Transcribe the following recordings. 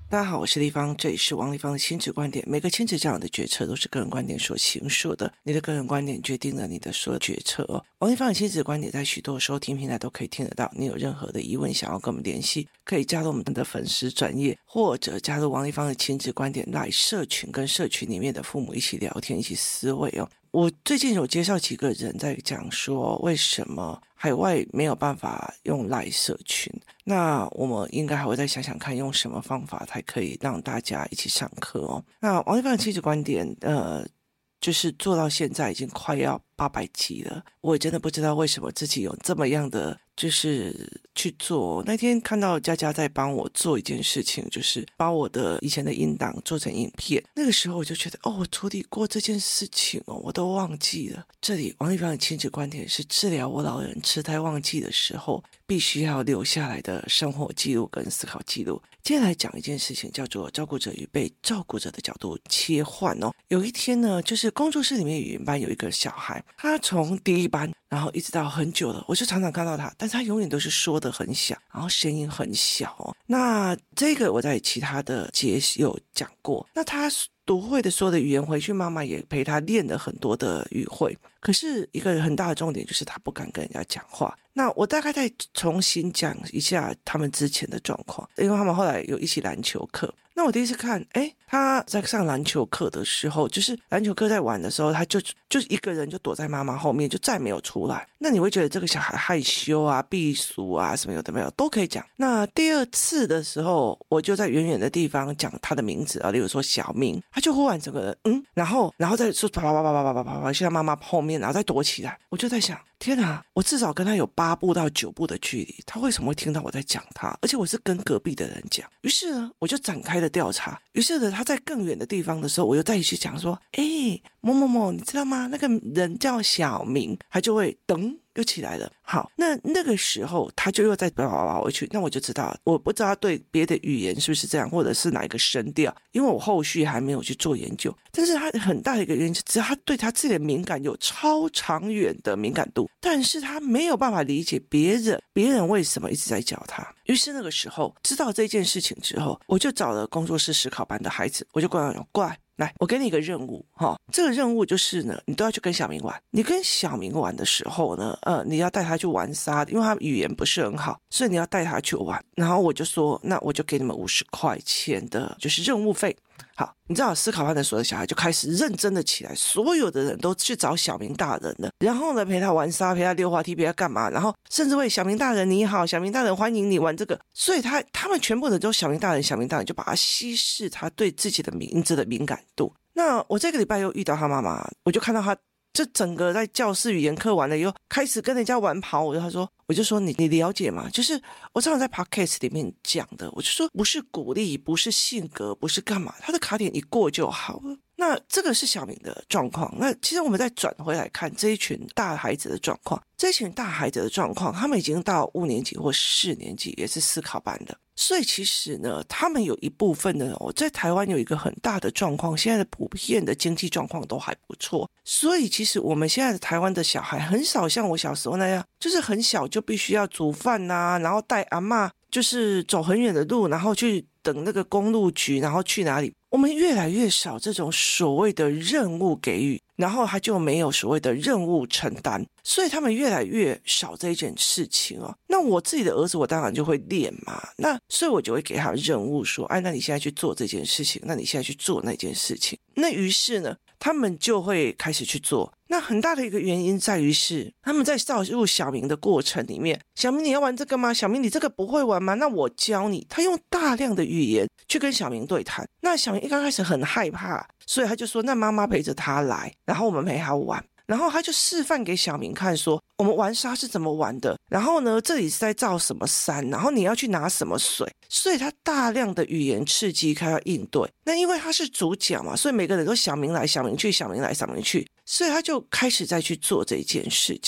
大家好，我是立方，这里是王立方的亲子观点。每个亲子教养的决策都是个人观点所形塑的，你的个人观点决定了你的所有决策哦。王立方的亲子观点在许多收听平台都可以听得到。你有任何的疑问想要跟我们联系，可以加入我们的粉丝专页，或者加入王立方的亲子观点来社群，跟社群里面的父母一起聊天，一起思维哦。我最近有介绍几个人在讲说为什么海外没有办法用赖社群，那我们应该还会再想想看用什么方法才可以让大家一起上课哦。那王立方的亲子观点就是做到现在已经快要800集了，我也真的不知道为什么自己有这么样的就是去做。那天看到佳佳在帮我做一件事情，就是把我的以前的音档做成影片，那个时候我就觉得我处理过这件事情我都忘记了。这里王立方的亲子观点是治疗我老人痴呆忘记的时候必须要留下来的生活记录跟思考记录。接下来讲一件事情，叫做照顾者与被照顾者的角度切换哦。有一天呢，就是工作室里面语言班有一个小孩，他从第一班然后一直到很久了，我就常常看到他，但是他永远都是说得很小，然后声音很小哦。那这个我在其他的节有讲过，那他读会的所有的语言回去，妈妈也陪他练了很多的语汇，可是一个很大的重点就是他不敢跟人家讲话。那我大概再重新讲一下他们之前的状况，因为他们后来有一起篮球课。那我第一次看他在上篮球课的时候，就是篮球课在玩的时候，他就一个人就躲在妈妈后面，就再没有出来。那你会觉得这个小孩害羞啊、避俗啊什么有的没有都可以讲。那第二次的时候，我就在远远的地方讲他的名字啊，例如说小明，他就忽然整个人然后再说啪啪啪啪啪啪啪啪，去他妈妈后面，然后再躲起来。我就在想，天哪，我至少跟他有8步到9步的距离，他为什么会听到我在讲他？而且我是跟隔壁的人讲。于是呢，我就展开了调查。于是呢，他在更远的地方的时候，我又再去讲说，某某某，你知道吗？那个人叫小明，他就会又起来了。好，那个时候他就又再跑回去，那我就知道，我不知道他对别的语言是不是这样，或者是哪一个声调，因为我后续还没有去做研究。但是他很大的一个原因是，只要他对他自己的敏感有超长远的敏感度，但是他没有办法理解别人为什么一直在教他。于是那个时候知道这件事情之后，我就找了工作室思考班的孩子，我就过来。来，我给你一个任务这个任务就是呢，你都要去跟小明玩。你跟小明玩的时候呢，你要带他去玩沙，因为他语言不是很好，所以你要带他去玩。然后我就说，那我就给你们50块钱的，就是任务费。好，你知道思考班的所有小孩就开始认真的起来，所有的人都去找小明大人了，然后呢陪他玩沙，陪他溜滑梯，陪他干嘛，然后甚至为小明大人你好，小明大人欢迎你玩这个。所以他们全部人都小明大人就把他稀释他对自己的名字的敏感度。那我这个礼拜又遇到他妈妈，我就看到他这整个在教室语言课完了以后开始跟人家玩跑，我就说你了解吗？就是我常常在 podcast 里面讲的，我就说不是鼓励，不是性格，不是干嘛，他的卡点一过就好了。那这个是小明的状况。那其实我们再转回来看这一群大孩子的状况，他们已经到5年级或4年级，也是思考班的。所以其实呢，他们有一部分的在台湾有一个很大的状况，现在的普遍的经济状况都还不错。所以其实我们现在的台湾的小孩很少像我小时候那样，就是很小就必须要煮饭啊，然后带阿嬷就是走很远的路，然后去等那个公路局，然后去哪里。我们越来越少这种所谓的任务给予，然后他就没有所谓的任务承担，所以他们越来越少这一件事情那我自己的儿子，我当然就会练嘛，那所以我就会给他任务说，那你现在去做这件事情，那你现在去做那件事情。那于是呢，他们就会开始去做。那很大的一个原因在于是他们在导入小明的过程里面，小明你要玩这个吗？小明你这个不会玩吗？那我教你。他用大量的语言去跟小明对谈。那小明一刚开始很害怕，所以他就说那妈妈陪着他来，然后我们陪他玩。然后他就示范给小明看说，我们玩沙是怎么玩的，然后呢这里是在造什么山，然后你要去拿什么水。所以他大量的语言刺激开要应对。那因为他是主角嘛，所以每个人都小明来小明去，小明来小明去，所以他就开始再去做这件事情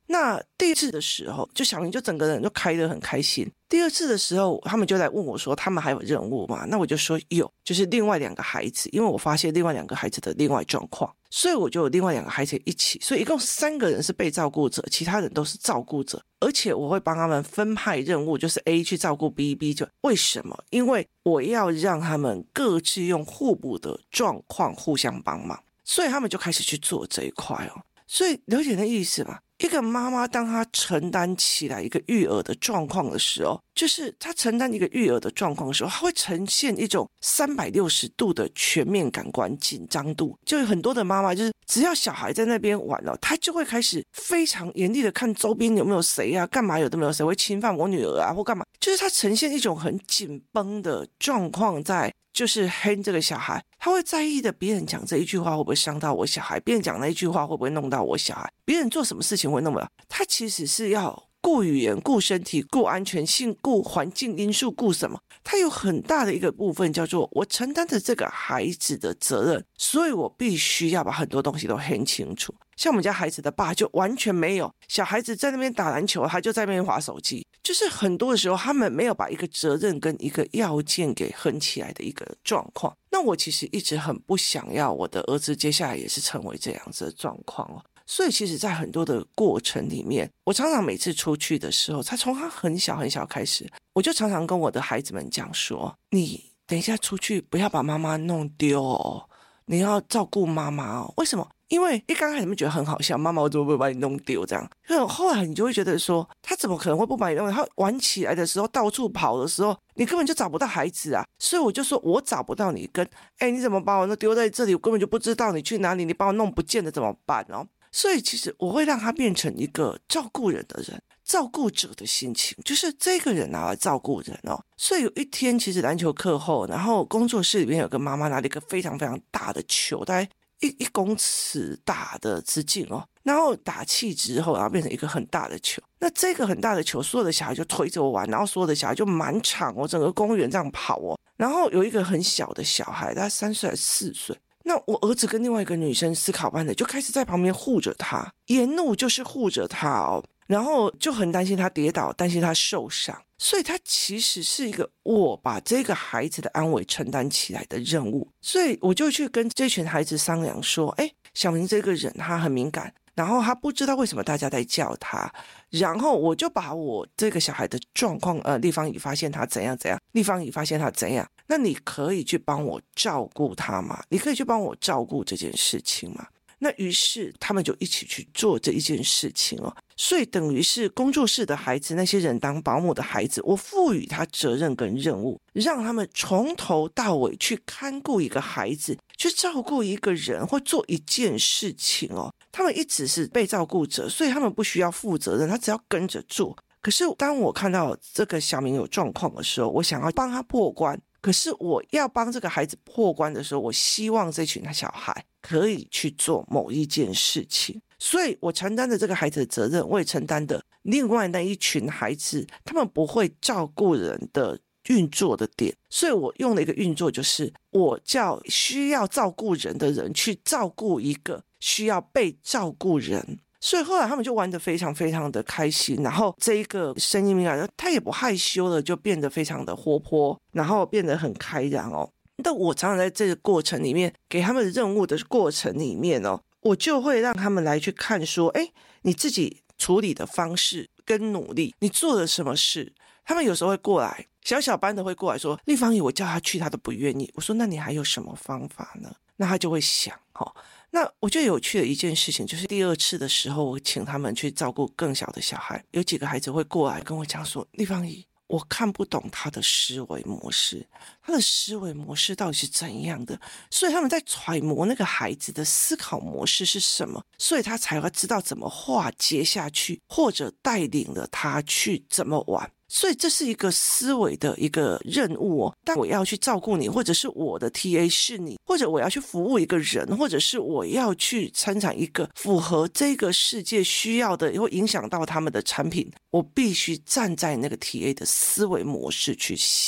那第一次的时候，就小明就整个人就开得很开心。第二次的时候，他们就来问我说他们还有任务吗？那我就说有，就是另外2个孩子，因为我发现另外2个孩子的另外状况，所以我就有另外2个孩子一起，所以一共3个人是被照顾者，其他人都是照顾者，而且我会帮他们分派任务，就是 A 去照顾 B 就为什么？因为我要让他们各自用互补的状况互相帮忙，所以他们就开始去做这一块哦。所以了解那意思吗？一个妈妈当她承担起来一个育儿的状况的时候，就是她承担一个育儿的状况的时候，她会呈现一种360度的全面感官紧张度。就有很多的妈妈就是只要小孩在那边玩了，她就会开始非常严厉的看周边有没有谁啊，干嘛有都没有谁会侵犯我女儿啊或干嘛，就是她呈现一种很紧绷的状况在，就是黑这个小孩，他会在意的别人讲这一句话会不会伤到我小孩，别人讲那一句话会不会弄到我小孩，别人做什么事情会弄到他，其实是要顾语言、顾身体、顾安全性、顾环境因素、顾什么，他有很大的一个部分叫做我承担着这个孩子的责任，所以我必须要把很多东西都很清楚。像我们家孩子的爸就完全没有，小孩子在那边打篮球，他就在那边滑手机，就是很多的时候他们没有把一个责任跟一个要件给哼起来的一个状况。那我其实一直很不想要我的儿子接下来也是成为这样子的状况哦。所以其实在很多的过程里面，我常常每次出去的时候，从他很小很小开始，我就常常跟我的孩子们讲说，你等一下出去不要把妈妈弄丢哦，你要照顾妈妈哦。为什么？因为一刚开始你们觉得很好笑，妈妈我怎么会把你弄丢这样，后来你就会觉得说他怎么可能会不把你弄丢，他玩起来的时候到处跑的时候你根本就找不到孩子啊。所以我就说我找不到你，跟你怎么把我丢在这里，我根本就不知道你去哪里，你把我弄不见了怎么办哦。所以其实我会让他变成一个照顾人的人，照顾者的心情，就是这个人拿来照顾人哦。所以有一天其实篮球课后，然后工作室里面有个妈妈拿了一个非常非常大的球，大概一公尺大的直径哦，然后打气之后，然后变成一个很大的球。那这个很大的球，所有的小孩就推着我玩，然后所有的小孩就满场哦，整个公园这样跑哦。然后有一个很小的小孩，大概3岁还是4岁。那我儿子跟另外一个女生思考班的就开始在旁边护着他，沿路就是护着他哦，然后就很担心他跌倒，担心他受伤。所以他其实是一个我把这个孩子的安危承担起来的任务。所以我就去跟这群孩子商量说，小明这个人他很敏感，然后他不知道为什么大家在叫他，然后我就把我这个小孩的状况立方乙发现他怎样怎样，立方乙发现他怎样，那你可以去帮我照顾他吗？你可以去帮我照顾这件事情吗？那于是他们就一起去做这一件事情哦。所以等于是工作室的孩子，那些人当保姆的孩子，我赋予他责任跟任务，让他们从头到尾去看顾一个孩子，去照顾一个人或做一件事情哦。他们一直是被照顾者，所以他们不需要负责任，他只要跟着做。可是当我看到这个小明有状况的时候，我想要帮他破关，可是我要帮这个孩子破关的时候，我希望这群小孩可以去做某一件事情，所以我承担的这个孩子的责任，我也承担的另外那一群孩子他们不会照顾人的运作的点，所以我用了一个运作，就是我叫需要照顾人的人去照顾一个需要被照顾人。所以后来他们就玩得非常非常的开心，然后这一个声音敏感他也不害羞了，就变得非常的活泼，然后变得很开朗哦。但我常常在这个过程里面给他们任务的过程里面哦，我就会让他们来去看说，你自己处理的方式跟努力，你做了什么事。他们有时候会过来，小班的会过来说，立方体我叫他去他都不愿意，我说那你还有什么方法呢？那他就会想那我觉得有趣的一件事情就是第2次的时候，我请他们去照顾更小的小孩，有几个孩子会过来跟我讲说，立方体我看不懂他的思维模式，他的思维模式到底是怎样的，所以他们在揣摩那个孩子的思考模式是什么，所以他才会知道怎么化接下去，或者带领了他去怎么玩。所以这是一个思维的一个任务哦。但我要去照顾你，或者是我的 TA 是你，或者我要去服务一个人，或者是我要去生产一个符合这个世界需要的，会影响到他们的产品，我必须站在那个 TA 的思维模式去想。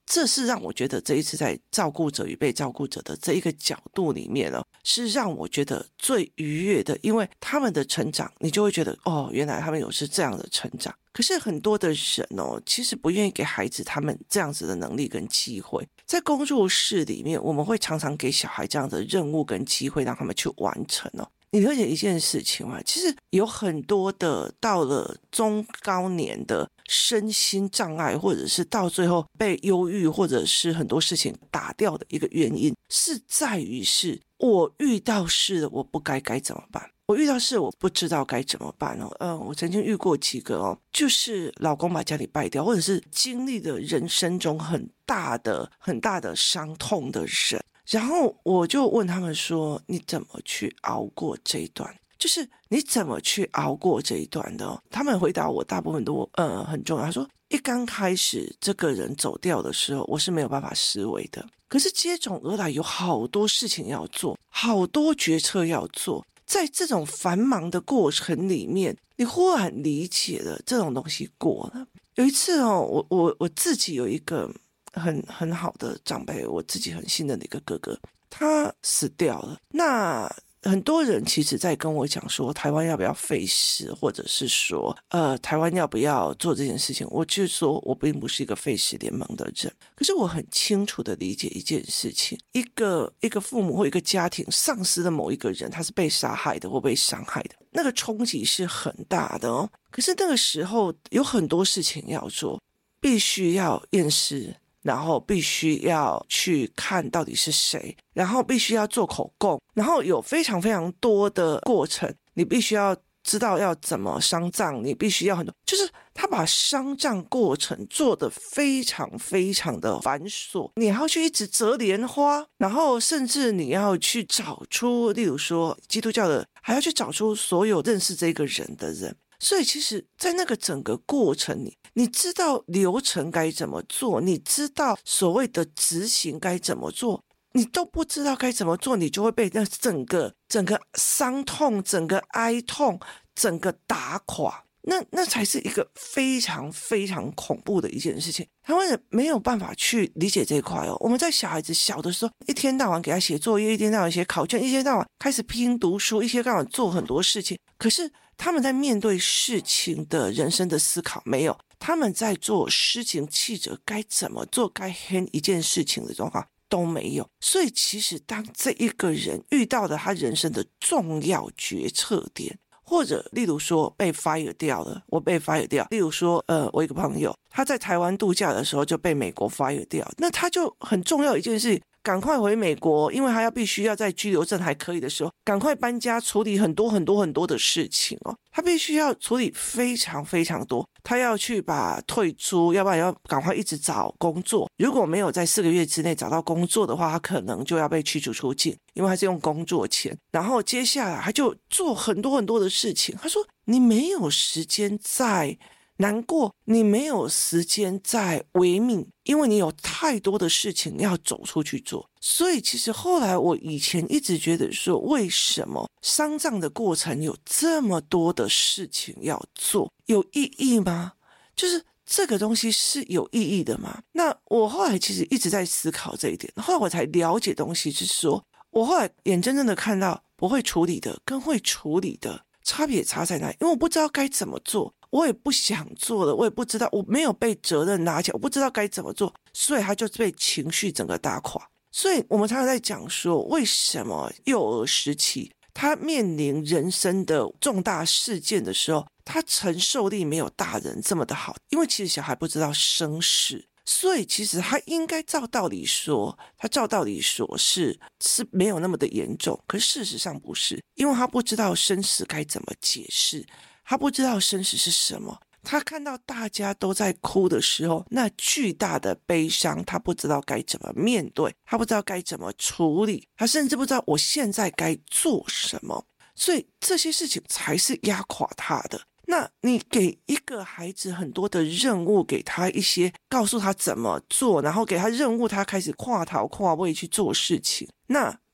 这是让我觉得这一次在照顾者与被照顾者的这一个角度里面是让我觉得最愉悦的，因为他们的成长，你就会觉得原来他们有是这样的成长。可是很多的人其实不愿意给孩子他们这样子的能力跟机会。在工作室里面，我们会常常给小孩这样的任务跟机会让他们去完成你了解一件事情吗？其实有很多的到了中高年的身心障碍，或者是到最后被忧郁，或者是很多事情打掉的一个原因，是在于是我遇到事了，我不该怎么办？我遇到事我不知道该怎么办我曾经遇过几个就是老公把家里败掉，或者是经历了人生中很大的伤痛的人，然后我就问他们说，你怎么去熬过这一段？就是你怎么去熬过这一段的他们回答我大部分都很重要。他说一刚开始这个人走掉的时候，我是没有办法思维的，可是接踵而来有好多事情要做，好多决策要做，在这种繁忙的过程里面，你忽然理解了这种东西过了。有一次我自己有一个很好的长辈，我自己很信任的一个哥哥，他死掉了。那很多人其实在跟我讲说台湾要不要废死，或者是说台湾要不要做这件事情，我就说我并不是一个废死联盟的人，可是我很清楚的理解一件事情，一个父母或一个家庭丧失了某一个人，他是被杀害的或被伤害的，那个冲击是很大的可是那个时候有很多事情要做，必须要验尸，然后必须要去看到底是谁，然后必须要做口供，然后有非常非常多的过程，你必须要知道要怎么丧葬，你必须要很多，就是他把丧葬过程做得非常非常的繁琐，你还要去一直折莲花，然后甚至你要去找出，例如说基督教的，还要去找出所有认识这个人的人。所以其实在那个整个过程里，你知道流程该怎么做，你知道所谓的执行该怎么做，你都不知道该怎么做，你就会被那整个伤痛，整个哀痛，整个打垮。那才是一个非常非常恐怖的一件事情。台湾人没有办法去理解这一块我们在小孩子小的时候，一天到晚给他写作业，一天到晚写考卷，一天到晚开始拼读书，一天到晚做很多事情，可是他们在面对事情的人生的思考没有，他们在做事情记者该怎么做，该 handle 一件事情的状况都没有。所以其实当这一个人遇到了他人生的重要决策点，或者例如说被 fire 掉了，我被 fire 掉，例如说我一个朋友他在台湾度假的时候就被美国 fire 掉，那他就很重要一件事，赶快回美国，因为他必须要在居留证还可以的时候赶快搬家，处理很多很多很多的事情他必须要处理非常非常多，他要去把退租，要不然要赶快一直找工作，如果没有在4个月之内找到工作的话，他可能就要被驱逐出境，因为他是用工作签，然后接下来他就做很多很多的事情。他说你没有时间在难过，你没有时间在违命，因为你有太多的事情要走出去做。所以其实后来我以前一直觉得说，为什么丧葬的过程有这么多的事情要做，有意义吗？就是这个东西是有意义的吗？那我后来其实一直在思考这一点，后来我才了解东西，就是说我后来眼睁睁的看到不会处理的跟会处理的差别差在哪里，因为我不知道该怎么做，我也不想做了，我也不知道，我没有被责任拿起来，我不知道该怎么做，所以他就被情绪整个打垮。所以我们常常在讲说，为什么幼儿时期他面临人生的重大事件的时候，他承受力没有大人这么的好，因为其实小孩不知道生死，所以其实他应该照道理说是没有那么的严重，可是事实上不是，因为他不知道生死该怎么解释，他不知道生死是什么，他看到大家都在哭的时候，那巨大的悲伤，他不知道该怎么面对，他不知道该怎么处理，他甚至不知道我现在该做什么，所以这些事情才是压垮他的。那你给一个孩子很多的任务，给他一些告诉他怎么做，然后给他任务，他开始跨逃跨位去做事情，那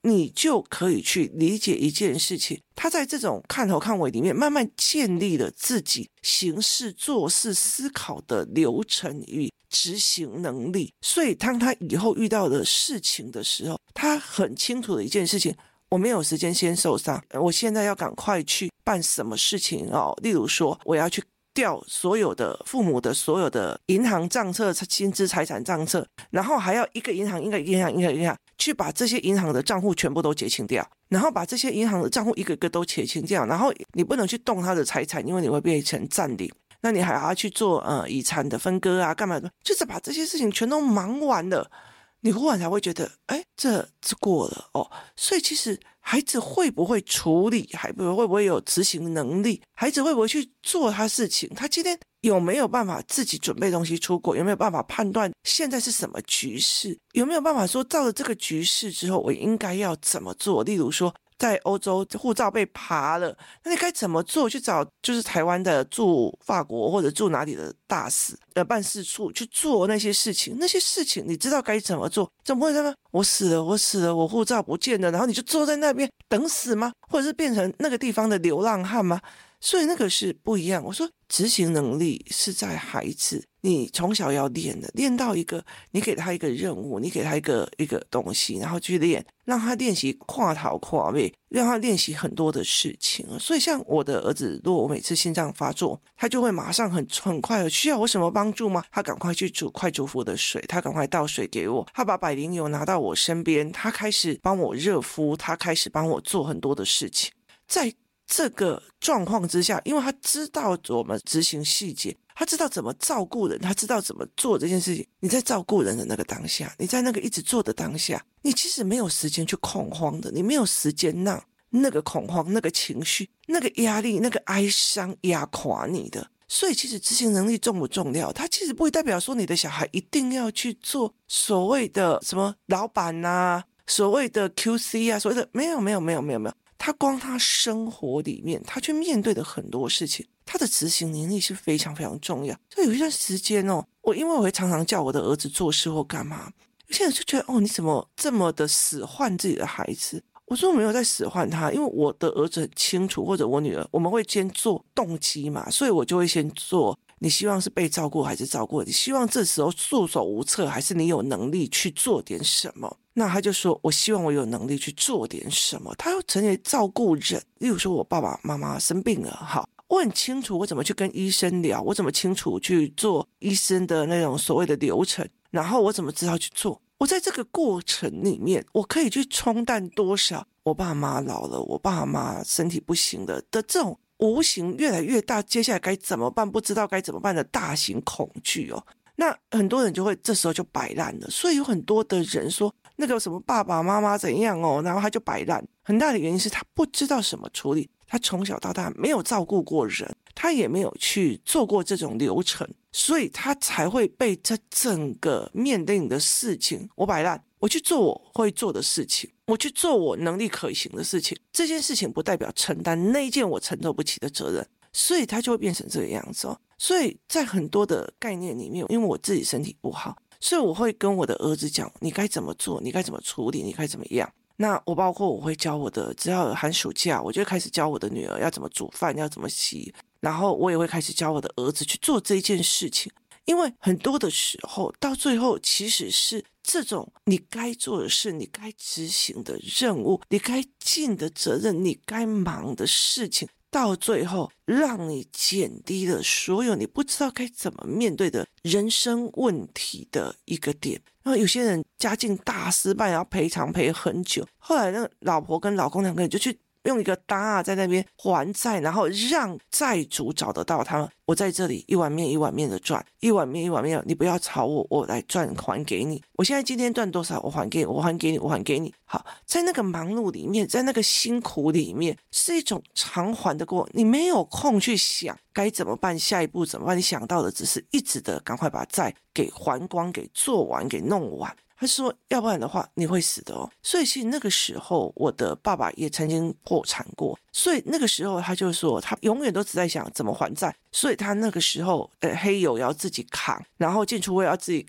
你就可以去理解一件事情，他在这种看头看尾里面慢慢建立了自己行事做事思考的流程与执行能力，所以当他以后遇到的事情的时候，他很清楚的一件事情，我没有时间先受伤，我现在要赶快去办什么事情例如说我要去调所有的父母的所有的银行账册、薪资财产账册，然后还要一个银行去把这些银行的账户全部都结清掉，然后把这些银行的账户一个个都结清掉，然后你不能去动他的财产，因为你会变成占领，那你还要去做遗产的分割啊干嘛的，就是把这些事情全都忙完了，你忽然才会觉得这过了所以其实孩子会不会处理，会不会有执行能力，孩子会不会去做他事情，他今天有没有办法自己准备东西出国，有没有办法判断现在是什么局势，有没有办法说照着这个局势之后我应该要怎么做，例如说在欧洲护照被扒了，那你该怎么做，去找就是台湾的驻法国或者驻哪里的大使办事处去做那些事情，那些事情你知道该怎么做，怎么会说我死了我护照不见了，然后你就坐在那边等死吗，或者是变成那个地方的流浪汉吗？所以那个是不一样。我说执行能力是在孩子你从小要练的，练到一个你给他一个任务，你给他一个东西，然后去练，让他练习跨头跨尾，让他练习很多的事情。所以像我的儿子，如果我每次心脏发作，他就会马上很快的需要我什么帮助吗？他赶快去煮快煮服的水，他赶快倒水给我，他把百灵油拿到我身边，他开始帮我热敷，他开始帮我做很多的事情。在这个状况之下，因为他知道我们执行细节，他知道怎么照顾人，他知道怎么做这件事情。你在照顾人的那个当下，你在那个一直做的当下，你其实没有时间去恐慌的，你没有时间让那个恐慌、那个情绪、那个压力、那个哀伤压垮你的。所以其实执行能力重不重要，它其实不会代表说你的小孩一定要去做所谓的什么老板啊，所谓的 QC 啊，所谓的没有，他光他生活里面他去面对的很多事情，他的执行能力是非常非常重要。所以有一段时间因为我会常常叫我的儿子做事或干嘛，有些人就觉得你怎么这么的使唤自己的孩子。我说我没有在使唤他，因为我的儿子很清楚，或者我女儿，我们会先做动机嘛，所以我就会先做你希望是被照顾还是照顾，你希望这时候束手无策，还是你有能力去做点什么。那他就说我希望我有能力去做点什么，他要成为照顾人。例如说我爸爸妈妈生病了，好，我很清楚我怎么去跟医生聊，我怎么清楚去做医生的那种所谓的流程，然后我怎么知道去做，我在这个过程里面我可以去冲淡多少我爸妈老了，我爸妈身体不行了的这种无形越来越大，接下来该怎么办，不知道该怎么办的大型恐惧那很多人就会这时候就摆烂了。所以有很多的人说那个什么爸爸妈妈怎样然后他就摆烂，很大的原因是他不知道什么处理，他从小到大没有照顾过人，他也没有去做过这种流程，所以他才会被这整个面对你的事情，我摆烂，我去做我会做的事情，我去做我能力可行的事情，这件事情不代表承担那一件我承受不起的责任，所以他就会变成这个样子所以在很多的概念里面，因为我自己身体不好，所以我会跟我的儿子讲你该怎么做，你该怎么处理，你该怎么样。那我包括我会教我的，只要寒暑假我就开始教我的女儿要怎么煮饭，要怎么洗，然后我也会开始教我的儿子去做这一件事情。因为很多的时候到最后其实是这种你该做的事，你该执行的任务，你该尽的责任，你该忙的事情，到最后让你减低了所有你不知道该怎么面对的人生问题的一个点。然后有些人家境大失败，然后赔偿赔很久，后来那个老婆跟老公两个人就去用一个搭在那边还债，然后让债主找得到他们，我在这里一碗面一碗面的赚，一碗面一碗面，你不要吵我，我来赚还给你，我现在今天赚多少我还给你，我还给你，我还给你。好，在那个忙碌里面，在那个辛苦里面，是一种偿还的过程，你没有空去想该怎么办，下一步怎么办，你想到的只是一直的赶快把债给还光，给做完，给弄完。他说要不然的话你会死的所以其实那个时候我的爸爸也曾经破产过，所以那个时候他就说他永远都只在想怎么还债，所以他那个时候黑油要自己扛，然后进出会要自己扛，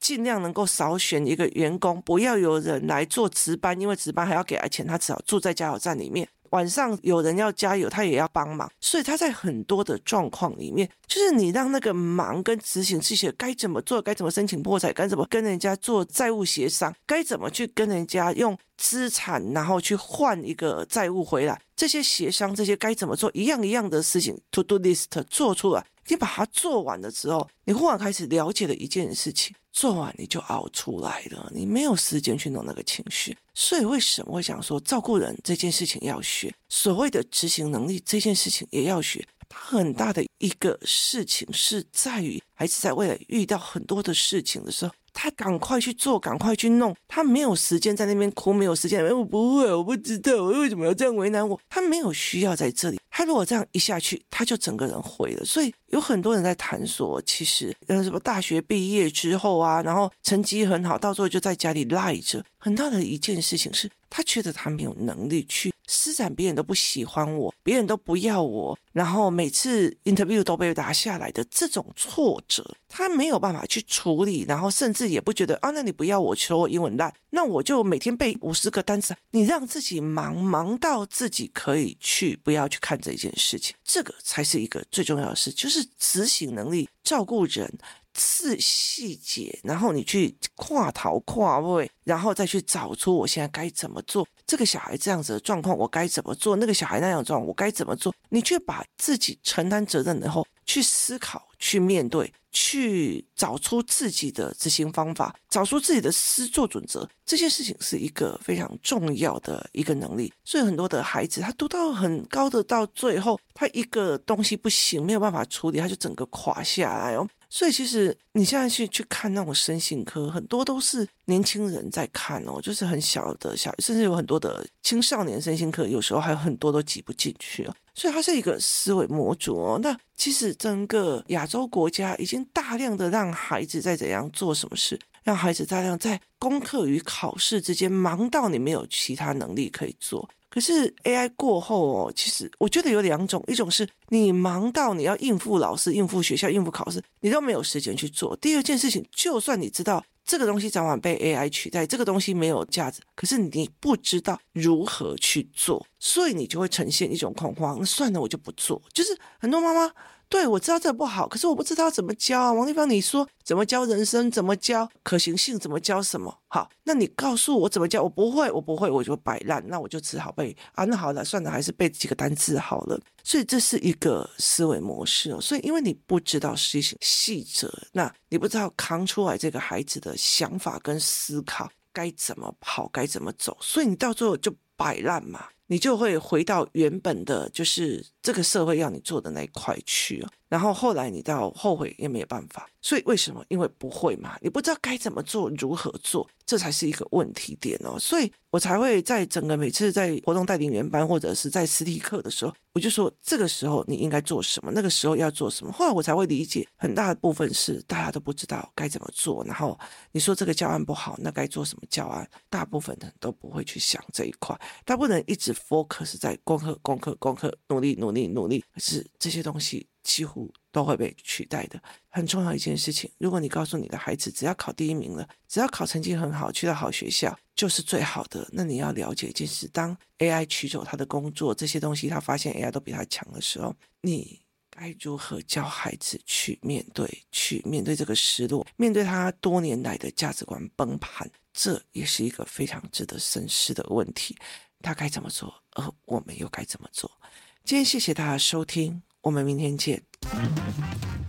尽量能够少选一个员工，不要有人来做值班，因为值班还要给他钱，他只好住在加油站里面。晚上有人要加油，他也要帮忙，所以他在很多的状况里面，就是你让那个忙跟执行这些该怎么做，该怎么申请破产，该怎么跟人家做债务协商，该怎么去跟人家用资产然后去换一个债务回来，这些协商这些该怎么做，一样一样的事情 to do list 做出来，你把它做完了之后，你忽然开始了解了一件事情，做完你就熬出来了，你没有时间去弄那个情绪。所以为什么会想说照顾人这件事情要学，所谓的执行能力这件事情也要学。它很大的一个事情是在于孩子在未来遇到很多的事情的时候，他赶快去做，赶快去弄，他没有时间在那边哭，没有时间我不会，我不知道我为什么要这样为难我，他没有需要在这里。他如果这样一下去，他就整个人毁了。所以有很多人在谈说，其实什么大学毕业之后啊，然后成绩很好，到最后就在家里赖着。很大的一件事情是，他觉得他没有能力去施展，别人都不喜欢我，别人都不要我，然后每次 interview 都被拿下来的这种挫折，他没有办法去处理，然后甚至也不觉得啊，那你不要我说我英文烂，那我就每天背50个单词。你让自己忙到自己可以去不要去看这件事情，这个才是一个最重要的事，就是执行能力，照顾人。细节，然后你去跨头跨位，然后再去找出我现在该怎么做。这个小孩这样子的状况我该怎么做，那个小孩那样的状况我该怎么做。你去把自己承担责任以后去思考，去面对，去找出自己的执行方法，找出自己的施作准则。这件事情是一个非常重要的一个能力。所以很多的孩子他读到很高的，到最后他一个东西不行，没有办法处理，他就整个垮下来哦。所以其实你现在去看那种身心科，很多都是年轻人在看哦，就是很小的小，甚至有很多的青少年身心科，有时候还有很多都挤不进去哦。所以它是一个思维模组哦。那其实整个亚洲国家已经大量的让孩子在怎样做什么事，让孩子大量在功课与考试之间忙到你没有其他能力可以做。可是 AI 过后哦，其实我觉得有两种，一种是你忙到你要应付老师、应付学校、应付考试，你都没有时间去做。第二件事情，就算你知道这个东西早晚被 AI 取代，这个东西没有价值，可是你不知道如何去做，所以你就会呈现一种恐慌。那算了，我就不做。就是很多妈妈，对，我知道这不好，可是我不知道怎么教啊。王丽芳，你说怎么教人生，怎么教可行性，怎么教什么？好，那你告诉我怎么教，我不会，我就摆烂，那我就只好背啊。那好了，算了，还是背几个单字好了。所以这是一个思维模式哦。所以因为你不知道实行细则，那你不知道扛出来这个孩子的想法跟思考该怎么跑，该怎么走，所以你到最后就摆烂嘛。你就会回到原本的就是这个社会要你做的那一块去哦，然后后来你到后悔也没有办法。所以为什么？因为不会嘛，你不知道该怎么做，如何做，这才是一个问题点哦。所以我才会在整个每次在活动带领员班或者是在实体课的时候，我就说这个时候你应该做什么，那个时候要做什么。后来我才会理解，很大的部分是大家都不知道该怎么做，然后你说这个教案不好，那该做什么教案，大部分人都不会去想这一块，他不能一直 focus 在功课，努力，可是这些东西几乎都会被取代的。很重要一件事情，如果你告诉你的孩子只要考第1名了，只要考成绩很好，去到好学校就是最好的，那你要了解一件事，当 AI 取走他的工作，这些东西他发现 AI 都比他强的时候，你该如何教孩子去面对这个失落，面对他多年来的价值观崩盘，这也是一个非常值得深思的问题。他该怎么做，而我们又该怎么做？今天谢谢大家收听，我们明天见。